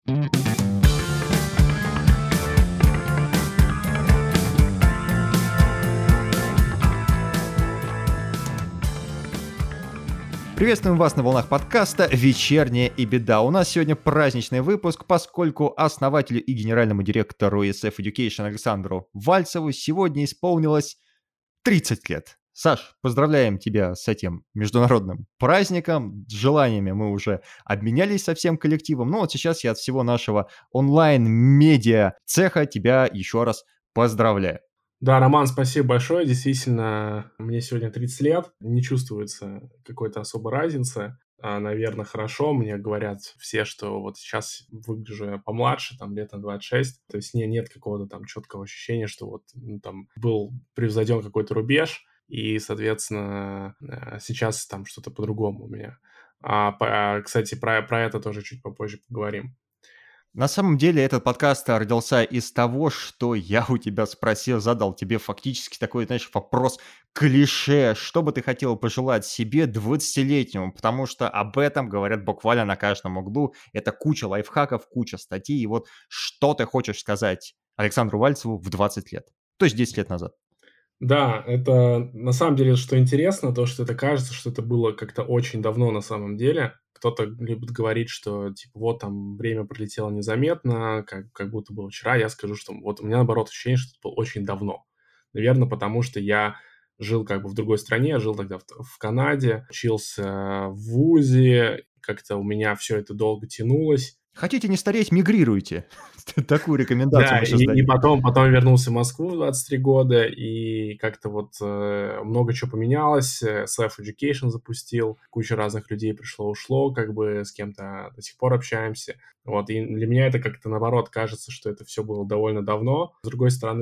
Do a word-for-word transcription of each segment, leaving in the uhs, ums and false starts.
Приветствуем вас на волнах подкаста «Вечерняя и беда». У нас сегодня праздничный выпуск, поскольку основателю и генеральному директору и эс эф Education Александру Вальцеву сегодня исполнилось тридцать лет. Саш, поздравляем тебя с этим международным праздником. Желаниями мы уже обменялись со всем коллективом. Но вот сейчас я от всего нашего онлайн-медиа цеха тебя еще раз поздравляю. Да, Роман, спасибо большое. Действительно, мне сегодня тридцать лет. Не чувствуется какой-то особой разницы. А, наверное, хорошо. Мне говорят все, что вот сейчас выгляжу помладше, там лет на двадцать шесть. То есть не, нет какого-то там четкого ощущения, что вот ну, там был превзойден какой-то рубеж, и, соответственно, сейчас там что-то по-другому у меня. А, по, кстати, про, про это тоже чуть попозже поговорим. На самом деле этот подкаст родился из того, что я у тебя спросил, задал тебе фактически такой, знаешь, вопрос клише, что бы ты хотел пожелать себе двадцатилетнему, потому что об этом говорят буквально на каждом углу, это куча лайфхаков, куча статей, и вот что ты хочешь сказать Александру Вальцеву в двадцать лет, то есть десять лет назад? Да, это на самом деле, что интересно, то, что это кажется, что это было как-то очень давно на самом деле. Кто-то любит говорить, что типа вот там время пролетело незаметно, как, как будто было вчера. Я скажу, что вот у меня наоборот ощущение, что это было очень давно. Наверное, потому что я жил как бы в другой стране, я жил тогда в, в Канаде, учился в вузе, как-то у меня все это долго тянулось. Хотите не стареть, мигрируйте. Такую рекомендацию Да, мы и, сейчас и дадим. потом, потом вернулся в Москву в двадцать три года, и как-то вот э, много чего поменялось. Self-education запустил, куча разных людей пришло-ушло, как бы с кем-то до сих пор общаемся. Вот, и для меня это как-то наоборот кажется, что это все было довольно давно. С другой стороны,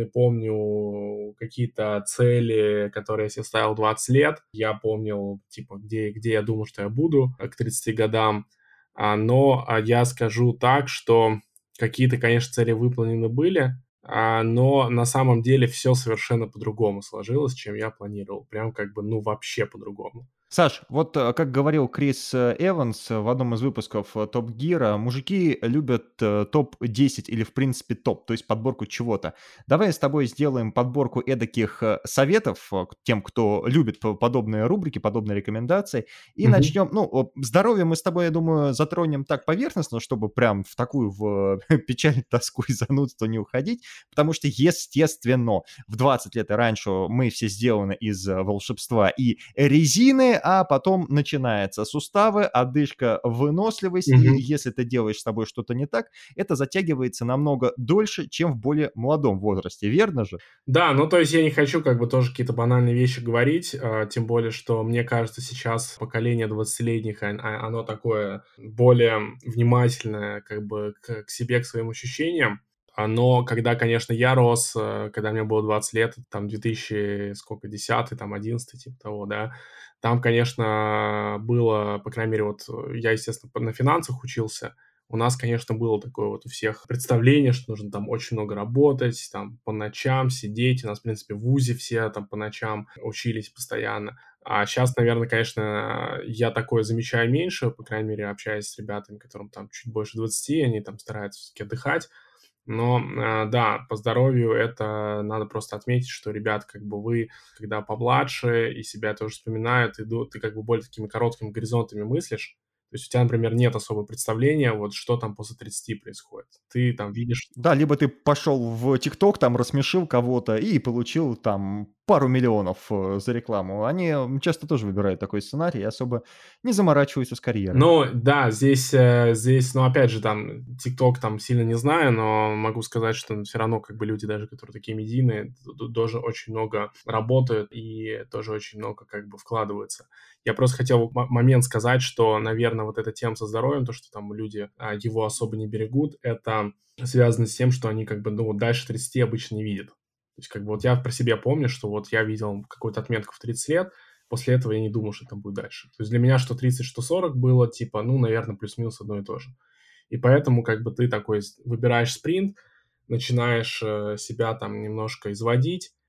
помню какие-то цели, которые я себе ставил двадцать лет. Я помнил, типа, где, где я думал, что я буду к тридцати годам. А, но а я скажу так, что какие-то, конечно, цели выполнены были, а, но на самом деле все совершенно по-другому сложилось, чем я планировал. Прям как бы, ну, вообще по-другому. Саш, вот э, как говорил Крис э, Эванс в одном из выпусков э, Топ Гира, мужики любят э, топ десять или, в принципе, топ, то есть подборку чего-то. Давай с тобой сделаем подборку эдаких э, советов э, к тем, кто любит п- подобные рубрики, подобные рекомендации, и Мгм. начнем, ну, о, здоровье мы с тобой, я думаю, затронем так поверхностно, чтобы прям в такую в печаль, тоску и занудство не уходить, потому что, естественно, в двадцать лет и раньше мы все сделаны из э, волшебства и резины, а потом начинается суставы, одышка, выносливость, и Мгм. если ты делаешь с тобой что-то не так, это затягивается намного дольше, чем в более молодом возрасте, верно же? Да, ну то есть я не хочу как бы тоже какие-то банальные вещи говорить, а, тем более, что мне кажется, сейчас поколение двадцатилетних, он- а- оно такое более внимательное как бы к, к себе, к своим ощущениям. А, Но когда, конечно, я рос, э, когда мне было двадцать лет, там две тысячи, сколько, десятый, там одиннадцатый, типа того, да, там, конечно, было, по крайней мере, вот э, я, естественно, на финансах учился, у нас, конечно, было такое вот у всех представление, что нужно там очень много работать, там по ночам сидеть. У нас, в принципе, в вузе все там по ночам учились постоянно. А сейчас, наверное, конечно, я такое замечаю меньше, по крайней мере, общаясь с ребятами, которым там чуть больше двадцати, они там стараются все-таки отдыхать. Но а, да, по здоровью это надо просто отметить, что ребят, как бы вы, когда помладше и себя тоже вспоминают, ты, ду- ты как бы более такими короткими горизонтами мыслишь. То есть у тебя, например, нет особого представления, вот что там после тридцати происходит. Ты там видишь. Да, либо ты пошел в ТикТок, там рассмешил кого-то и получил там пару миллионов э, за рекламу. Они м, часто тоже выбирают такой сценарий и особо не заморачиваются с карьерой. Ну, да, здесь, э, здесь, ну, опять же, там, TikTok там сильно не знаю, но могу сказать, что все равно, как бы, люди даже, которые такие медийные, т- тоже очень много работают и тоже очень много, как бы, вкладываются. Я просто хотел м- момент сказать, что, наверное, вот эта тема со здоровьем, то, что там люди а, его особо не берегут, это связано с тем, что они, как бы, ну, вот дальше тридцати обычно не видят. То есть, как бы, вот я про себя помню, что вот я видел какую-то отметку в тридцать лет, после этого я не думал, что там будет дальше. То есть для меня что тридцать, что сорок было, типа, ну, наверное, плюс-минус одно и то же. И поэтому, как бы, ты такой выбираешь спринт, начинаешь э, себя там немножко изводить,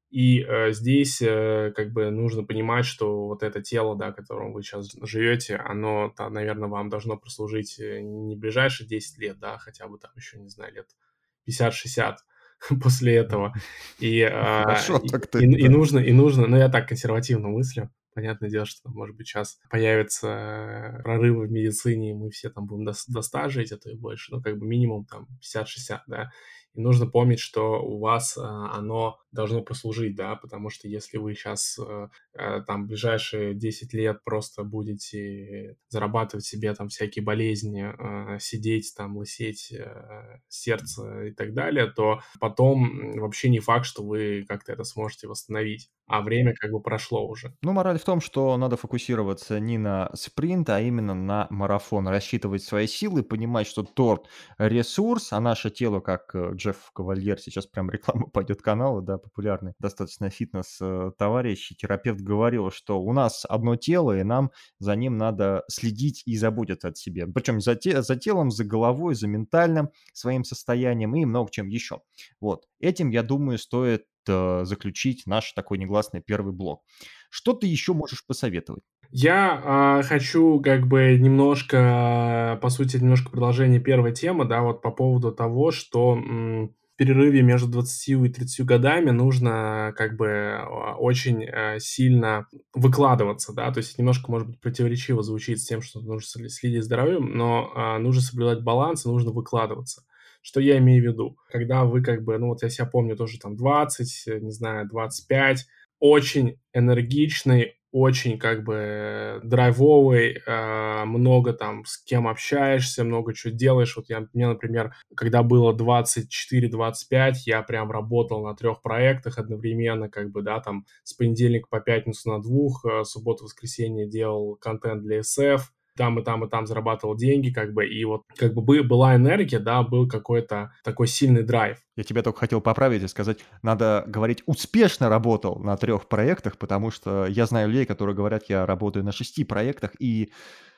И э, здесь э, как бы нужно понимать, что вот это тело, да, которым вы сейчас живете, оно, да, наверное, вам должно прослужить э, не ближайшие десять лет, да, хотя бы там еще, не знаю, лет пятьдесят-шестьдесят после этого. И, а, Хорошо, и, так и, ты, и да. нужно, и нужно, ну, я так консервативно мыслю. Понятное дело, что, может быть, сейчас появятся э, прорывы в медицине, и мы все там будем до, до ста жить, а то и больше. Ну, как бы минимум там пятьдесят-шестьдесят, да. И нужно помнить, что у вас а, оно должно послужить, да, потому что если вы сейчас а, а, там ближайшие десять лет просто будете зарабатывать себе там всякие болезни, а, сидеть там, лысеть, а, сердце и так далее, то потом м, вообще не факт, что вы как-то это сможете восстановить, а время как бы прошло уже. Ну, мораль в том, что надо фокусироваться не на спринт, а именно на марафон. Рассчитывать свои силы, понимать, что торт — ресурс, а наше тело, как э, Джефф Кавальер, сейчас прям реклама пойдет канала, да, популярный, достаточно фитнес-товарищ, и терапевт говорил, что у нас одно тело, и нам за ним надо следить и заботиться о себе. Причем за, те- за телом, за головой, за ментальным своим состоянием и много чем еще. Вот. Этим, я думаю, стоит э, заключить наш такой негласный первый блок. Что ты еще можешь посоветовать? Я а, хочу как бы немножко, по сути, немножко продолжение первой темы, да, вот по поводу того, что м, в перерыве между двадцатью и тридцатью годами нужно как бы а, очень а, сильно выкладываться, да, то есть немножко, может быть, противоречиво звучит с тем, что нужно сли- следить за здоровьем, но а, нужно соблюдать баланс и нужно выкладываться. Что я имею в виду? Когда вы как бы, ну вот я себя помню тоже там двадцать, э, не знаю, двадцать пять, очень энергичный, очень как бы драйвовый, а, много там с кем общаешься, много чё делаешь. Вот я мне, например, когда было двадцать четыре двадцать пять, я прям работал на трех проектах одновременно, как бы, да, там с понедельника по пятницу на двух, э, субботу-воскресенье делал контент для эс эф, там и там и там зарабатывал деньги, как бы, и вот как бы бы была энергия, да, был какой-то такой сильный драйв. Я тебя только хотел поправить и сказать, надо говорить «успешно работал на трех проектах», потому что я знаю людей, которые говорят: «Я работаю на шести проектах», и,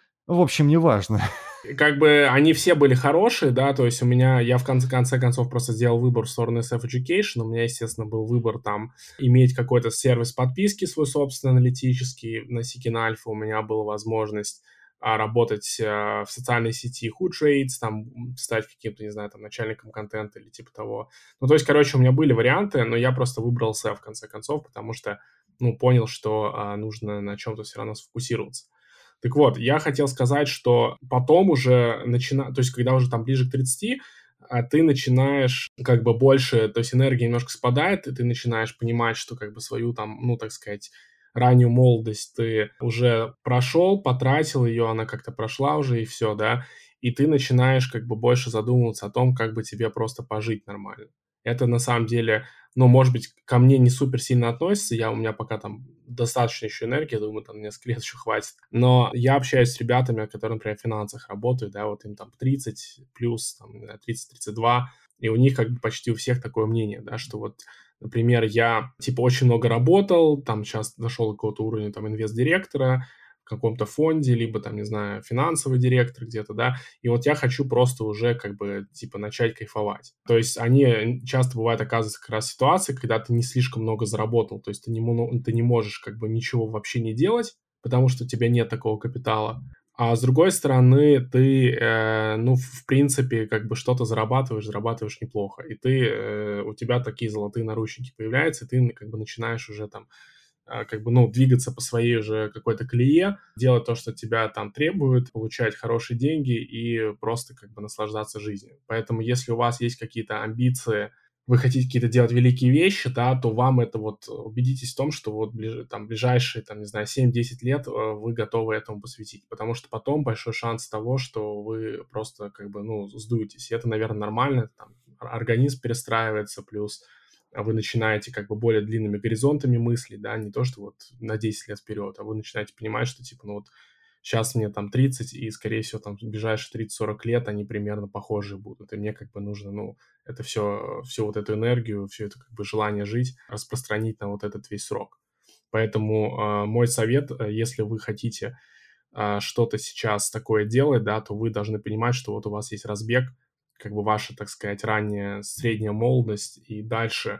в общем, неважно. Как бы они все были хорошие, да, то есть у меня, я в конце, конце концов просто сделал выбор в сторону эс эф Education, у меня, естественно, был выбор там иметь какой-то сервис подписки свой собственный аналитический на Seeking Alpha, у меня была возможность а, работать а, в социальной сети Hoodtrades, там м, стать каким-то, не знаю, там начальником контента или типа того. Ну, то есть, короче, у меня были варианты, но я просто выбрал эс эф в конце концов, потому что, ну, понял, что а, нужно на чем-то все равно сфокусироваться. Так вот, я хотел сказать, что потом уже начина то есть когда уже там ближе к тридцати, а, ты начинаешь как бы больше, то есть энергия немножко спадает, и ты начинаешь понимать, что как бы свою там, ну, так сказать, раннюю молодость ты уже прошел, потратил ее, она как-то прошла уже, и все, да. И ты начинаешь как бы больше задумываться о том, как бы тебе просто пожить нормально. Это на самом деле, ну, может быть, ко мне не супер сильно относится, я, у меня пока там достаточно еще энергии, я думаю, там несколько лет еще хватит. Но я общаюсь с ребятами, которые, например, в финансах работают, да, вот им там тридцать плюс, там, тридцать тридцать два, и у них как бы почти у всех такое мнение, да, что вот, например, я, типа, очень много работал, там сейчас дошел до какого-то уровня, там, инвест-директора в каком-то фонде, либо, там, не знаю, финансовый директор где-то, да, и вот я хочу просто уже, как бы, типа, начать кайфовать. То есть они часто бывает, оказывается, как раз ситуации, когда ты не слишком много заработал, то есть ты не, моно- ты не можешь, как бы, ничего вообще не делать, потому что у тебя нет такого капитала. А с другой стороны, ты, э, ну, в в принципе, как бы что-то зарабатываешь, зарабатываешь неплохо, и ты, э, у тебя такие золотые наручники появляются, и ты, как бы, начинаешь уже там а, как бы, ну, двигаться по своей уже какой-то колее, делать то, что тебя там требуют, получать хорошие деньги и просто как бы наслаждаться жизнью. Поэтому если у вас есть какие-то амбиции, вы хотите какие-то делать великие вещи, да, то вам это вот убедитесь в том, что вот ближ, там ближайшие, там, не знаю, семь-десять лет э, вы готовы этому посвятить, потому что потом большой шанс того, что вы просто как бы, ну, сдуетесь. И это, наверное, нормально, там, организм перестраивается, плюс а вы начинаете как бы более длинными горизонтами мыслить, да, не то, что вот на десять лет вперед, а вы начинаете понимать, что типа, ну вот сейчас мне там тридцать, и, скорее всего, там в ближайшие тридцать-сорок лет они примерно похожие будут, и мне как бы нужно, ну, это все, всю вот эту энергию, все это как бы желание жить распространить на вот этот весь срок. Поэтому э, мой совет, э, если вы хотите э, что-то сейчас такое делать, да, то вы должны понимать, что вот у вас есть разбег, как бы ваша, так сказать, ранняя средняя молодость, и дальше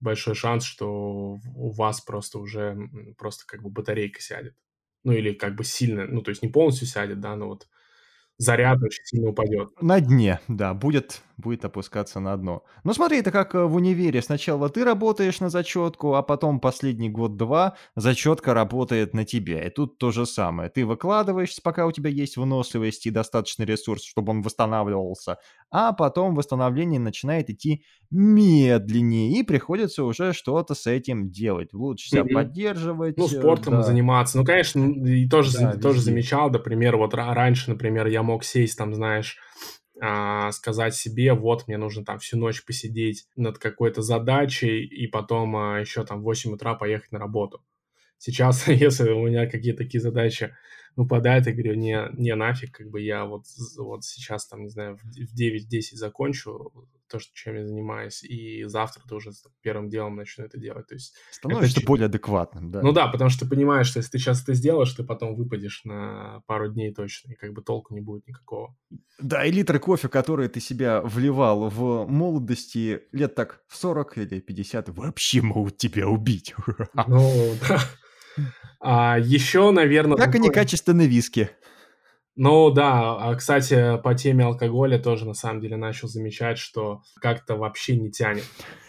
большой шанс, что у вас просто уже просто как бы батарейка сядет. Ну или как бы сильно, ну то есть не полностью сядет, да, но вот заряд очень сильно упадет. На дне, да, будет будет опускаться на дно. Ну, смотри, это как, э, в универе. Сначала ты работаешь на зачетку, а потом последний год-два зачетка работает на тебя. И тут то же самое. Ты выкладываешься, пока у тебя есть выносливость и достаточный ресурс, чтобы он восстанавливался, а потом восстановление начинает идти медленнее, и приходится уже что-то с этим делать. Лучше себя Мгм. Ну, поддерживать, э, спортом да, заниматься. Ну, конечно, н и тоже да, за тоже везде. замечал, например, вот ра раньше, например, я мог сесть там, знаешь, а, сказать себе: "Вот мне нужно там всю ночь посидеть над какой-то задачей и потом, а, еще там в восемь утра поехать на работу". Сейчас, если у меня какие-то такие задачи выпадают, я говорю: "Не, не, нафиг, как бы я вот з вот сейчас там, не знаю, в д в девять-десять закончу то, что чем я занимаюсь, и завтра тоже с первым делом начну это делать". То есть это Становишься ч более адекватным, да. ну да, потому что ты понимаешь, что если ты сейчас это сделаешь, ты потом выпадешь на пару дней точно, и как бы толку не будет никакого. Да, и литры кофе, которые ты себя вливал в молодости лет так в сорок или пятьдесят, вообще могут тебя убить. Ну да. А еще, наверно, Как и другой некачественные виски. ну да, а, кстати, по теме алкоголя тоже на самом деле начал замечать, что как-то вообще не тянет.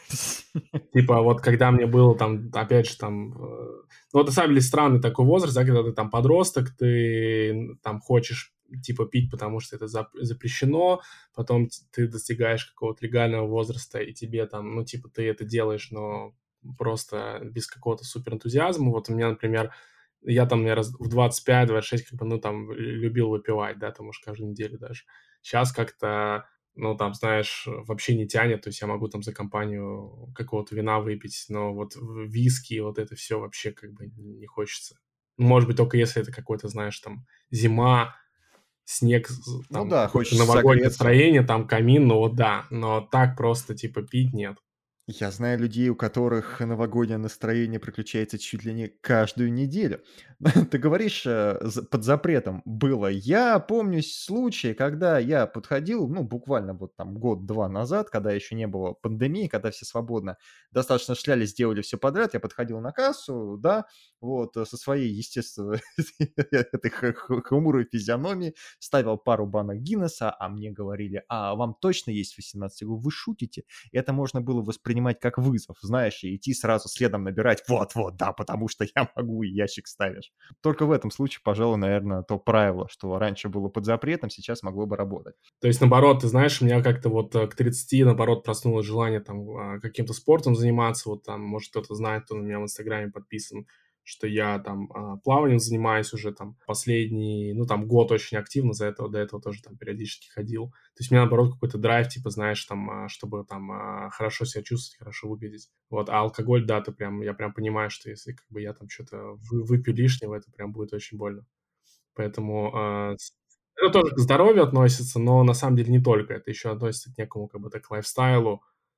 Типа вот когда мне было там, опять же, там, э, ну вот на самом деле странный такой возраст, да, когда ты там подросток, ты н там хочешь типа пить, потому что это зап запрещено, потом т ты достигаешь какого-то легального возраста, и тебе там, ну, типа ты это делаешь, но просто без какого-то супер энтузиазма. Вот у меня, например, я там, я раз в двадцать пять двадцать шесть как бы, ну, там лю любил выпивать, да, там, может, каждую неделю даже. Сейчас как-то ну, там, знаешь, вообще не тянет. То есть я могу там за компанию какого-то вина выпить, но вот в виски, вот это все вообще как бы не хочется. Может быть, только если это какой-то, знаешь, там зима, снег, з Ну там да, какое-то хочется новогоднее согреться. настроение, там камин, ну вот да. Но так просто типа пить нет. Я знаю людей, у которых новогоднее настроение приключается чуть ли не каждую неделю. Ты говоришь, э, з под запретом было. Я помню случаи, когда я подходил, ну, буквально вот там год-два назад, когда еще не было пандемии, когда все свободно достаточно шлялись, делали все подряд. Я подходил на кассу, да, вот, э, со своей, естественно, этой х х хмурой физиономией, ставил пару банок Гиннесса, а мне говорили: "А вам точно есть восемнадцать?" Я говорю: "Вы шутите?" Это можно было воспринимать как вызов, знаешь, и идти сразу следом набирать: "Вот-вот, да, потому что я могу", и ящик ставишь. Только в этом случае, пожалуй, наверное, то правило, что раньше было под запретом, сейчас могло бы работать. То есть, наоборот, ты знаешь, у меня как-то вот, э, к тридцати, наоборот, проснулось желание там, а, каким-то спортом заниматься. Вот там, может, кто-то знает, кто на меня в "Инстаграме" подписан, что я там, а, плаванием занимаюсь уже там последний, ну, там год очень активно, за этого до этого тоже там периодически ходил. То есть у меня, наоборот, какой-то драйв, типа, знаешь, там, а, чтобы там, а, хорошо себя чувствовать, хорошо выглядеть. Вот, а алкоголь, да, ты прям я прям понимаю, что если как бы я там что то вы выпью лишнего, это прям будет очень больно. Поэтому, а, с это тоже к здоровью относится, но на самом деле не только. Это еще относится к некому как бы так лайфстайлу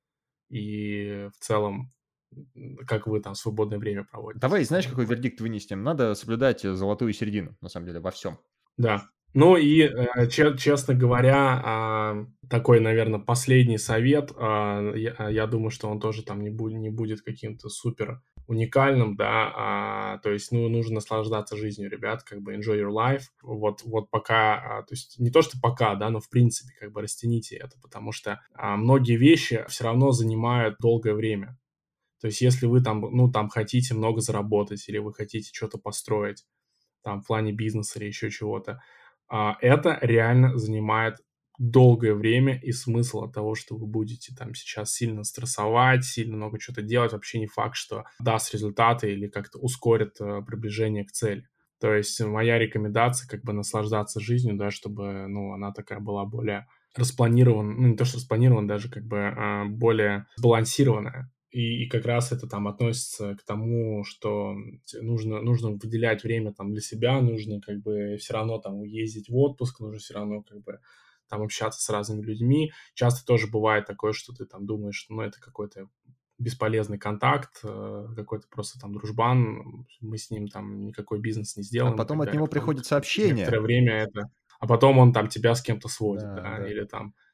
и в целом, м, как вы там свободное время проводите. Давай, знаешь, Вот. какой вердикт вынесем? Надо соблюдать, э, золотую середину, на самом деле, во всем. Да. Ну и, э, че честно говоря, а, такой, наверно, последний совет. А, я а, я думаю, что он тоже там не буд не будет каким-то супер уникальным, да. А, то есть, ну, нужно наслаждаться жизнью, ребят, как бы enjoy your life. Вот вот пока, а, то есть не то, что пока, да, но в принципе как бы растяните это, потому что, а, многие вещи все равно занимают долгое время. То есть если вы там, ну, там хотите много заработать или вы хотите что то построить, там, в плане бизнеса или еще чего-то. А, это реально занимает долгое время, и смысл от того, что вы будете там сейчас сильно стрессовать, сильно много чё-то делать, вообще не факт, что даст результаты или как-то ускорит, э, приближение к цели. То есть моя рекомендация как бы наслаждаться жизнью, да, чтобы, ну, она такая была более распланирована, ну, не то что распланирована, даже как бы, а, более сбалансированная. И и как раз это там относится к тому, что те нужно нужно выделять время там для себя, нужно как бы все равно там ездить в отпуск, нужно все равно как бы там общаться с разными людьми. Часто тоже бывает такое, что ты там думаешь, что, ну, это какой-то бесполезный контакт, э, какой-то просто там дружбан, мы с ним там никакой бизнес не А сделаем и потом так от далее. него Потом приходит через некоторое сообщение. время это а потом он там тебя с кем-то сводит, Да, да, да. или там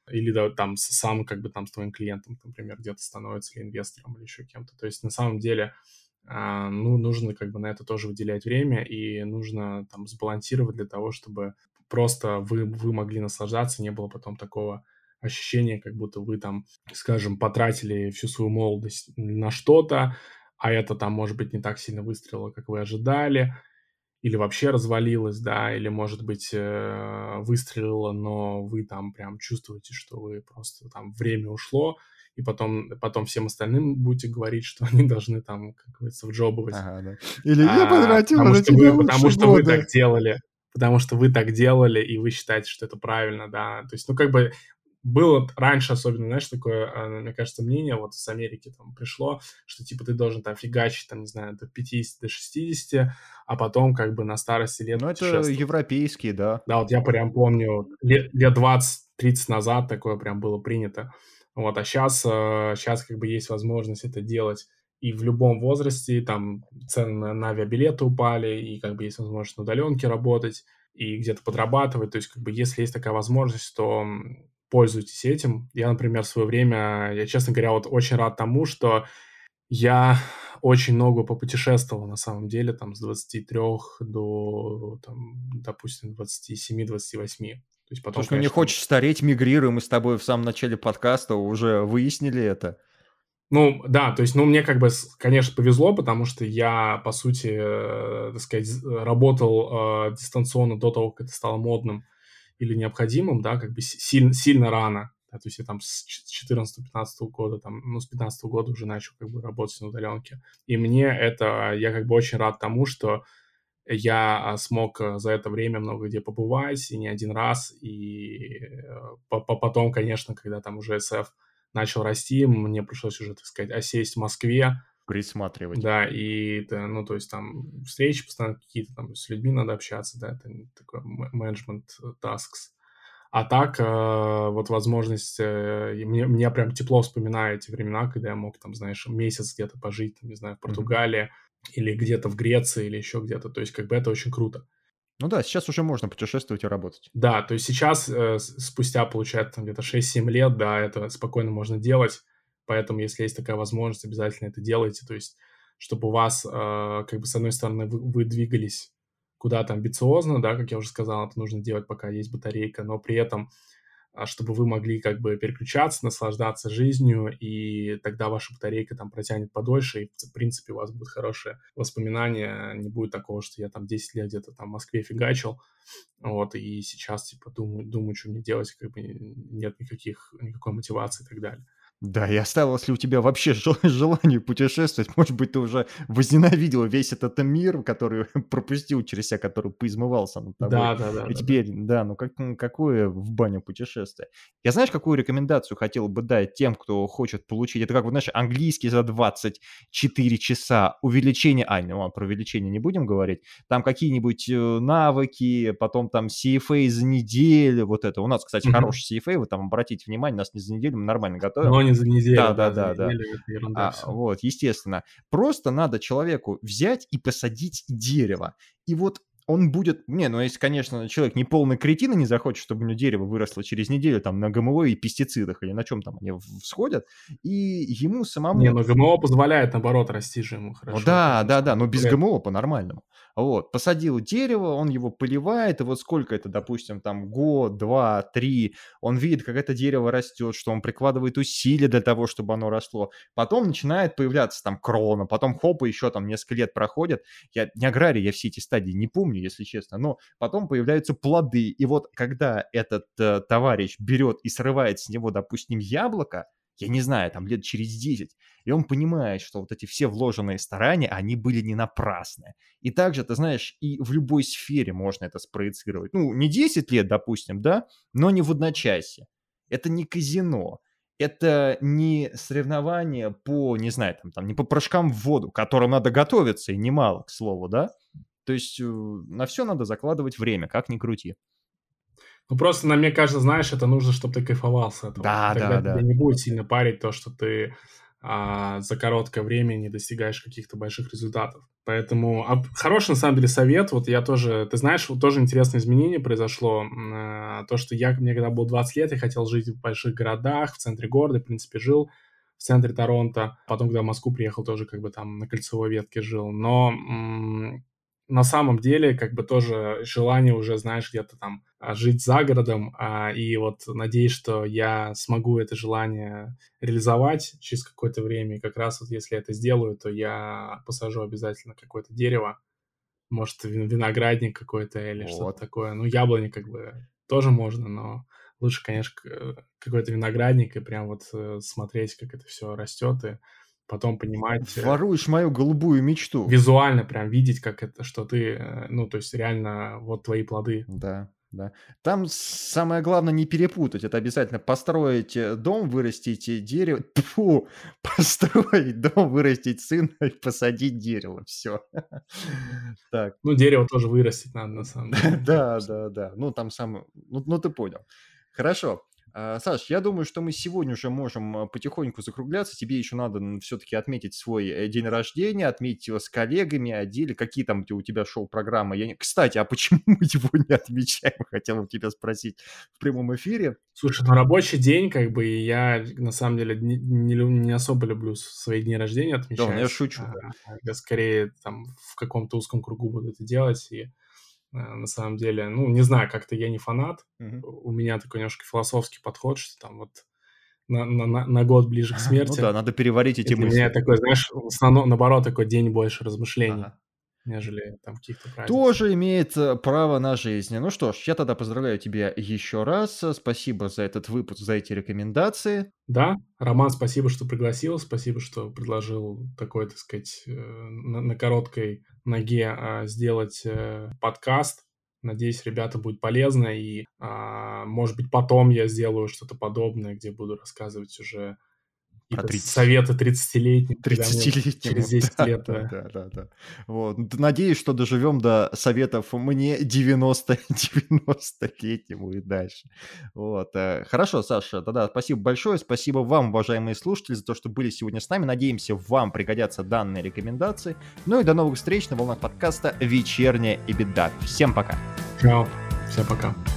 или да, там с- сам как бы там с твоим клиентом, например, где-то становится или инвестором, или еще кем-то. То есть на самом деле а, ну, нужно как бы на это тоже выделять время, и нужно там сбалансировать для того, чтобы просто вы, вы могли наслаждаться, не было потом такого ощущения, как будто вы там, скажем, потратили всю свою молодость на что-то, а это там, может быть, не так сильно выстрелило, как вы ожидали, или вообще развалилось, да, или, может быть, э, выстрелило, но вы там прям чувствуете, что вы просто там время ушло, и потом, потом всем остальным будете говорить, что они должны там, как говорится, вджобывать. Ага, да. Или я А, потратила потому на что тебя вы, потому лучше что вы года. так делали, потому что вы так делали, и вы считаете, что это правильно, да. То есть, ну, как бы было раньше особенно, знаешь, такое, а, мне кажется, мнение вот с Америки там пришло, что типа ты должен там фигачить, там, не знаю, до пятидесяти, до шестидесяти, а потом как бы на старости лет Ну, это путешествовать. европейские, да. Да, вот я прям помню, лет, лет двадцать-тридцать назад такое прям было принято. Вот, а сейчас, сейчас как бы есть возможность это делать и в любом возрасте, там цены на, на авиабилеты упали, и как бы есть возможность на удаленке работать, и где-то подрабатывать. То есть как бы если есть такая возможность, то м, пользуйтесь этим. Я, например, в свое время, я, честно говоря, вот очень рад тому, что я очень много попутешествовал на самом деле, там, с двадцати трёх до, там, допустим, двадцати семи двадцати восьми. То есть потом, Слушай, ну не конечно, там... хочешь стареть, мигрируй. Мы с тобой в самом начале подкаста уже выяснили это. Ну, да, то есть, ну, мне как бы, с- конечно, повезло, потому что я, по сути, э, так сказать, з- работал э, дистанционно до того, как это стало модным или необходимым, да, как бы си- сильно, сильно рано. Да, то есть я там с четырнадцатого-пятнадцатого года, там, ну, с пятнадцатого года уже начал как бы работать на удаленке. И мне это, я как бы очень рад тому, что я а, смог а, за это время много где побывать, и не один раз, и э, по- по- потом, конечно, когда там уже эс эф начал расти, мне пришлось уже, так сказать, осесть в Москве, Присматривать. да, и, это, ну, то есть там встречи постоянно какие-то, там с людьми надо общаться, да, это такой менеджмент tasks. А так, э, вот возможность, э, и мне, мне прям тепло вспоминаю эти времена, когда я мог, там, знаешь, месяц где-то пожить, там, не знаю, в Мгм. Португалии или где-то в Греции или еще где-то. То есть, как бы это очень круто. Ну да, сейчас уже можно путешествовать и работать. Да, то есть сейчас, э, с- спустя, получается, там, где-то шесть-семь лет, да, это спокойно можно делать. Поэтому, если есть такая возможность, обязательно это делайте. То есть, чтобы у вас, э, как бы, с одной стороны, вы, вы двигались куда-то амбициозно, да, как я уже сказал, это нужно делать, пока есть батарейка, но при этом а, чтобы вы могли как бы переключаться, наслаждаться жизнью, и тогда ваша батарейка там протянет подольше, и в принципе у вас будут хорошие воспоминания, не будет такого, что я там десять лет где-то там в Москве фигачил, вот, и сейчас типа думаю, думаю, что мне делать, как бы нет никаких, никакой мотивации и так далее. Да, и осталось ли у тебя вообще жел- желание путешествовать? Может быть, ты уже возненавидел весь этот мир, который пропустил через себя, который поизмывался над тобой. Да, да, да, И да, да. теперь, да, ну как, ну какое в баню путешествие? Я знаешь, какую рекомендацию хотел бы дать тем, кто хочет получить? Это как, вот, знаешь, английский за двадцать четыре часа, увеличение... А, ну ладно, про увеличение не будем говорить. Там какие-нибудь э, навыки, потом там си эф эй за неделю, вот это. У нас, кстати, Мгм. хороший си эф эй, вы там обратите внимание, нас не за неделю, мы нормально готовим. Но не за неделю, да, за Да-да-да-да. неделю это ерунда А, все. вот, естественно. Просто надо человеку взять и посадить дерево. И вот он будет... Не, ну если, конечно, человек не полный кретин и не захочет, чтобы у него дерево выросло через неделю там на ГМО и пестицидах, или на чем там они в- всходят, и ему Не, самому... но гэ эм о позволяет, наоборот, расти же ему Ну хорошо, да, поэтому да, да, сколько но без лет. ГМО по-нормальному. Вот, посадил дерево, он его поливает, и вот сколько это, допустим, там год, два, три, он видит, как это дерево растет, что он прикладывает усилия для того, чтобы оно росло. Потом начинает появляться там крона, потом хоп, и еще там несколько лет проходит. Я не аграрий, я все эти стадии не помню, если честно, но потом появляются плоды. И вот когда этот э, товарищ берет и срывает с него, допустим, яблоко, я не знаю, там лет через десять, и он понимает, что вот эти все вложенные старания, они были не напрасны. И также, ты знаешь, и в любой сфере можно это спроецировать. Ну, не десять лет, допустим, да, но не в одночасье. Это не казино. Это не соревнование по, не знаю, там, там, не по прыжкам в воду, к которым надо готовиться, и немало, к слову, да. То есть э, на все надо закладывать время, как ни крути. Ну, просто, на мне кажется, знаешь, это нужно, чтобы ты кайфовал с этого. И Да, тогда да, тебя да. не будет сильно парить то, что ты а за короткое время не достигаешь каких-то больших результатов. Поэтому а, хороший, на самом деле, совет. Вот я тоже, ты знаешь, вот тоже интересное изменение произошло. А, то, что я, мне когда было двадцать лет, я хотел жить в больших городах, в центре города, в принципе, жил в центре Торонто. Потом, когда в Москву приехал, тоже как бы там на Кольцевой ветке жил. Но м- на самом деле, как бы тоже желание уже, знаешь, где-то там а, жить за городом, а, и вот надеюсь, что я смогу это желание реализовать через какое-то время. И как раз вот если я это сделаю, то я посажу обязательно какое-то дерево, может, вин- виноградник какой-то или что-то Вот. такое. Ну, яблони как бы тоже можно, но лучше, конечно, к- э, какой-то виноградник и прям вот э, смотреть, как это все растет, и потом понимать, э, Воруешь мою голубую мечту. визуально прям видеть, как это, что ты, э, ну, то есть реально вот твои плоды. Да, да. Там самое главное не перепутать. Это обязательно построить э, дом, вырастить э, дерево. Тьфу! Построить дом, вырастить сына и посадить дерево. Все. Так. Ну, дерево тоже вырастить надо, на самом деле, мне Да, кажется. да, да. Ну, там сам... Ну, ну, ты понял. Хорошо. А, Саш, я думаю, что мы сегодня уже можем а, потихоньку закругляться. Тебе еще надо все-таки отметить свой э, день рождения, отметить его с коллегами, о деле. Какие там у тебя шоу-программы? Я не... Кстати, а почему мы его не отмечаем? Хотел бы тебя спросить в прямом эфире. Слушай, ну рабочий день, как бы, и я на самом деле не, не, лю- не особо люблю свои дни рождения Да, ну я отмечать. шучу, А, да. Я скорее там в каком-то узком кругу буду это делать. И а, на самом деле, ну, не знаю, как-то я не фанат. Мгм. У меня такой немножко философский подход, что там вот на, на, на на год ближе к Ну да, смерти. надо переварить И эти для меня мысли. такой, знаешь, в основном, наоборот, такой день больше размышлений, Ага. нежели там каких-то празднеств. Тоже имеет э, право на жизнь. Ну что ж, я тогда поздравляю тебя еще раз. Э, Спасибо за этот выпуск, за эти рекомендации. Да, Роман, спасибо, что пригласил, спасибо, что предложил такой, так сказать, э, на, на короткой ноге а, сделать э, подкаст. Надеюсь, ребята будет полезно, и, а, может быть, потом я сделаю что-то подобное, где буду рассказывать уже Про какие-то тридцать. советы тридцатилетним, когда мне через Тридцатилетнему. десять Да, лет. да, э, да, да, да. Вот. Д- Надеюсь, что доживем до советов мне девяносто девяностолетнему и дальше. Вот. э, Хорошо, Саша, тогда спасибо большое. Спасибо вам, уважаемые слушатели, за то, что были сегодня с нами. Надеемся, вам пригодятся данные рекомендации. Ну и до новых встреч на волнах подкаста «Вечерняя и беда». Всем пока. Чао, всем пока.